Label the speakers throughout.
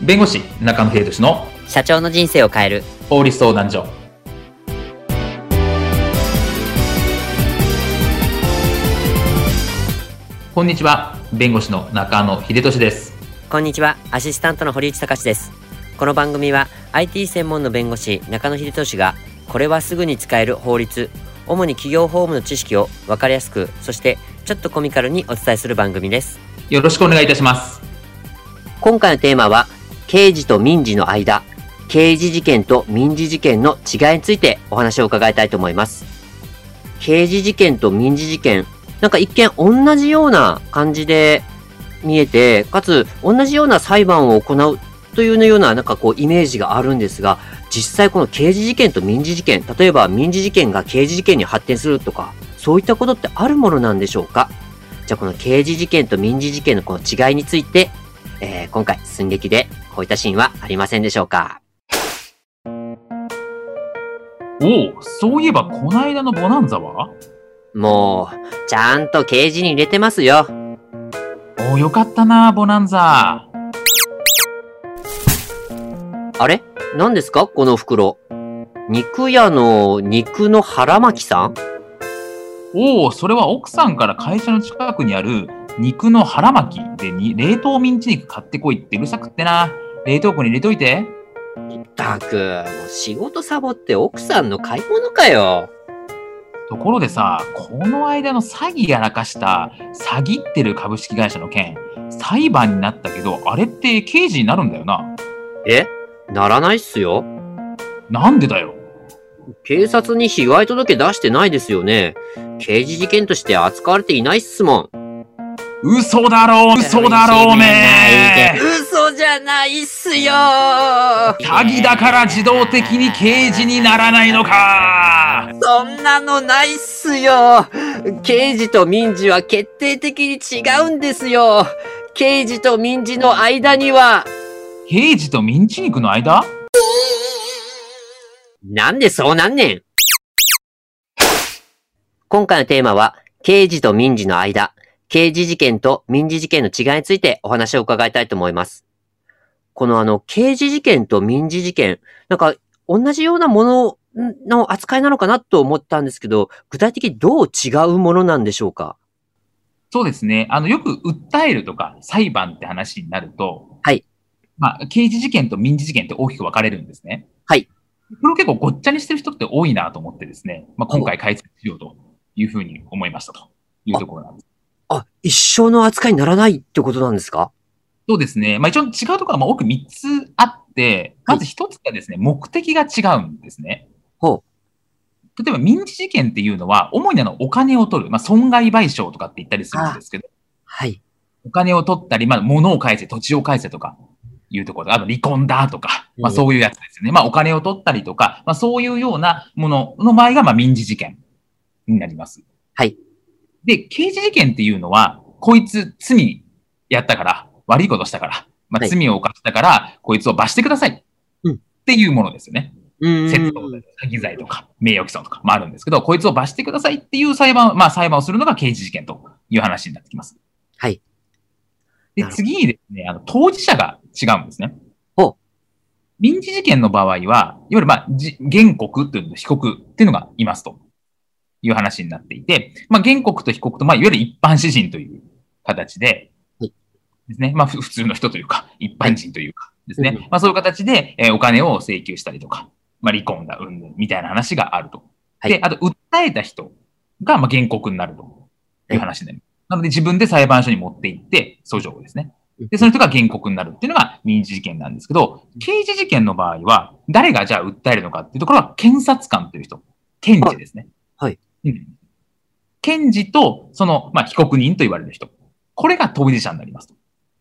Speaker 1: 弁護士中野秀俊の
Speaker 2: 社長の人生を変える
Speaker 1: 法律相談所。こんにちは、弁護士の中野秀俊です。
Speaker 2: こんにちは、アシスタントの堀内隆です。この番組は IT 専門の弁護士中野秀俊がこれはすぐに使える法律、主に企業法務の知識を分かりやすく、そしてちょっとコミカルにお伝えする番組です。
Speaker 1: よろしくお願いいたします。
Speaker 2: 今回のテーマは刑事と民事の間、刑事事件と民事事件の違いについてお話を伺いたいと思います。刑事事件と民事事件、なんか一見同じような感じで見えて、かつ同じような裁判を行うというようなイメージがあるんですが、実際この刑事事件と民事事件、例えば民事事件が刑事事件に発展するとか、そういったことってあるものなんでしょうか？じゃあこの刑事事件と民事事件のこの違いについて、今回寸劇でこういったシーンはありませんでしょうか？
Speaker 1: そういえばこの間のボナンザは？
Speaker 2: もうちゃんとケージに入れてますよ。
Speaker 1: よかったな、ボナンザ。
Speaker 2: あれ？何ですかこの袋。肉屋の肉の腹巻きさん？
Speaker 1: それは奥さんから会社の近くにある肉の腹巻きで冷凍ミンチ肉買ってこいってうるさくってな。冷凍庫に入れといて。
Speaker 2: ったく、もう仕事サボって奥さんの買い物かよ。
Speaker 1: ところでさ、この間の詐欺やらかした詐欺ってる株式会社の件、裁判になったけど、あれって刑事になるんだよな。
Speaker 2: ならないっすよ。
Speaker 1: なんでだよ。
Speaker 2: 警察に被害届出してないですよね。刑事事件として扱われていないっすもん。
Speaker 1: 嘘だろうおめえ。
Speaker 2: 嘘じゃないっすよ。
Speaker 1: 詐欺だから自動的に刑事にならないのか。
Speaker 2: そんなのないっすよ。刑事と民事は決定的に違うんですよ。刑事と民事の間には。
Speaker 1: 刑事とミンチ肉の間？
Speaker 2: なんでそうなんねん。今回のテーマは刑事と民事の間、刑事事件と民事事件の違いについてお話を伺いたいと思います。この刑事事件と民事事件、同じようなものの扱いなのかなと思ったんですけど、具体的にどう違うものなんでしょうか？
Speaker 1: そうですね。よく訴えるとか裁判って話になると、
Speaker 2: はい。
Speaker 1: 刑事事件と民事事件って大きく分かれるんですね。
Speaker 2: はい。
Speaker 1: これを結構ごっちゃにしてる人って多いなと思ってですね、今回解説しようというふうに思いましたというところなんです。
Speaker 2: 一緒の扱いにならないってことなんですか？
Speaker 1: そうですね。一応違うところは多く3つあって、まず1つがですね、目的が違うんですね。例えば民事事件っていうのは、主にお金を取る、損害賠償とかって言ったりするんですけど、
Speaker 2: はい。
Speaker 1: お金を取ったり、物を返せ、土地を返せとかいうところ、あと離婚だとか、そういうやつですよね。お金を取ったりとか、そういうようなものの場合が民事事件になります。
Speaker 2: はい。
Speaker 1: で、刑事事件っていうのは、こいつ罪やったから、悪いことしたから、罪を犯したから、こいつを罰してくださいっていうものですよね。窃盗罪、詐欺罪とか、名誉毀損とかもあるんですけど、こいつを罰してくださいっていう裁判をするのが刑事事件という話になってきます。
Speaker 2: はい。
Speaker 1: で、次にですね、当事者が違うんですね。民事事件の場合は、いわゆる原告というのと被告っていうのがいますという話になっていて、原告と被告と、いわゆる一般市人という形で、ですね。普通の人というか、一般人というかですね。そういう形で、お金を請求したりとか、離婚だ、みたいな話があると。で、あと、訴えた人が、原告になるという話になります。なので、自分で裁判所に持って行って、訴状をですね。で、その人が原告になるっていうのが民事事件なんですけど、刑事事件の場合は、誰がじゃあ訴えるのかっていうところは、検察官という人。検事ですね。
Speaker 2: はい。
Speaker 1: 検事と、被告人と言われる人。これが当事者になりますと。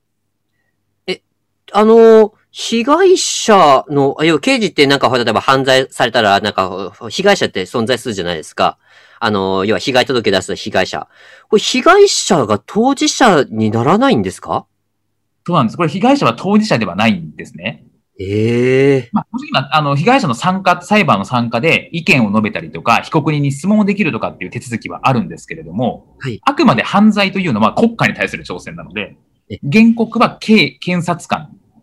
Speaker 2: 被害者の、要は刑事って例えば犯罪されたら、被害者って存在するじゃないですか。要は被害届出す被害者。これ被害者が当事者にならないんですか？
Speaker 1: そうなんです。これ被害者は当事者ではないんですね。
Speaker 2: 正
Speaker 1: 直被害者の裁判の参加で意見を述べたりとか、被告人に質問できるとかっていう手続きはあるんですけれども、あくまで犯罪というのは国家に対する挑戦なので、原告は検察官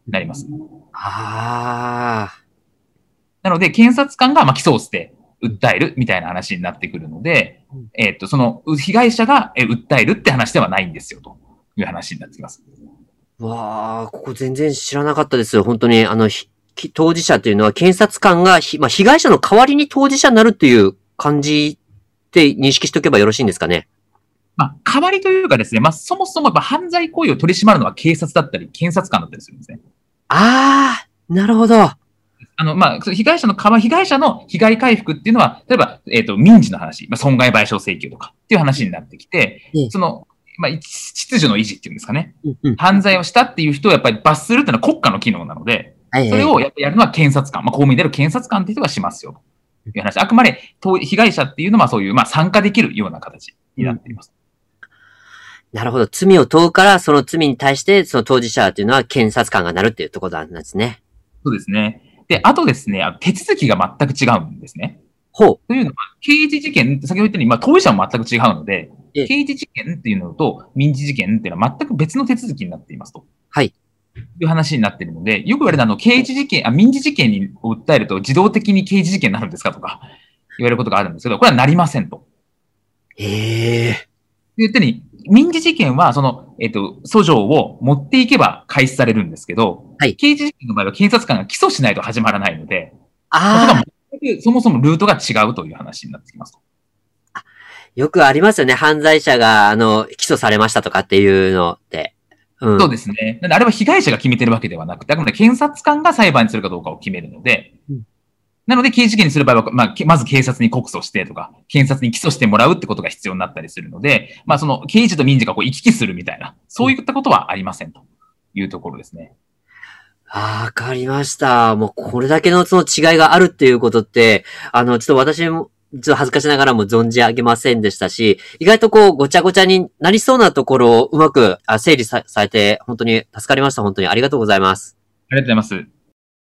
Speaker 1: なります。
Speaker 2: ああ。
Speaker 1: なので、検察官が起訴をして訴えるみたいな話になってくるので、その被害者が訴えるって話ではないんですよという話になってきます。
Speaker 2: わあ、ここ全然知らなかったですよ。本当に、当事者というのは検察官が被害者の代わりに当事者になるっていう感じで認識しておけばよろしいんですかね。
Speaker 1: 代わりというかですね、そもそも犯罪行為を取り締まるのは警察だったり、検察官だったりするんですね。
Speaker 2: ああ、なるほど。
Speaker 1: 被害者の被害回復っていうのは、例えば、民事の話、損害賠償請求とかっていう話になってきて、秩序の維持っていうんですかね。犯罪をしたっていう人をやっぱり罰するっていうのは国家の機能なので、それをやるのは検察官、公務員である検察官っていう人がしますよ。という話。あくまで被害者っていうのはそういう、参加できるような形になっています。
Speaker 2: なるほど。罪を問うから、その罪に対して、その当事者というのは検察官がなるっていうところなんですね。
Speaker 1: そうですね。で、あとですね、手続きが全く違うんですね。
Speaker 2: ほう。
Speaker 1: というのは、刑事事件、先ほど言ったように、当事者も全く違うので、刑事事件っていうのと民事事件っていうのは全く別の手続きになっていますと。
Speaker 2: はい。
Speaker 1: いう話になっているので、よく言われた民事事件を訴えると自動的に刑事事件になるんですかとか言われることがあるんですけど、これはなりませんと。
Speaker 2: へえ。
Speaker 1: 言ったように、民事事件は、訴状を持っていけば開始されるんですけど、
Speaker 2: はい。
Speaker 1: 刑事事件の場合は検察官が起訴しないと始まらないので、そもそもルートが違うという話になってきますと。
Speaker 2: よくありますよね。犯罪者が、起訴されましたとかっていうのって。
Speaker 1: そうですね。あれは被害者が決めてるわけではなくて、あくまで検察官が裁判にするかどうかを決めるので、なので、刑事事件にする場合は、まず警察に告訴してとか、検察に起訴してもらうってことが必要になったりするので、その刑事と民事が行き来するみたいな、そういったことはありませんというところですね。
Speaker 2: わかりました。もうこれだけのその違いがあるっていうことって、ちょっと私も、ちょっと恥ずかしながらも存じ上げませんでしたし、意外とごちゃごちゃになりそうなところをうまく整理されて、本当に助かりました。本当にありがとうございます。
Speaker 1: ありがとうございます。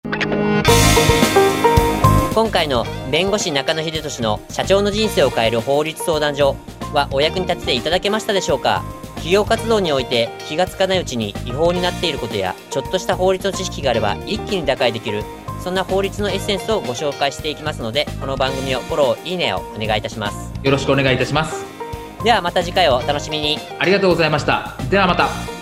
Speaker 2: 今回の弁護士中野秀俊の社長の人生を変える法律相談所はお役に立てていただけましたでしょうか。企業活動において気がつかないうちに違法になっていることやちょっとした法律の知識があれば一気に打開できる、そんな法律のエッセンスをご紹介していきますので、この番組をフォロー、いいねをお願いいたします。
Speaker 1: よろしくお願いいたします。
Speaker 2: ではまた次回をお楽しみに。
Speaker 1: ありがとうございました。ではまた。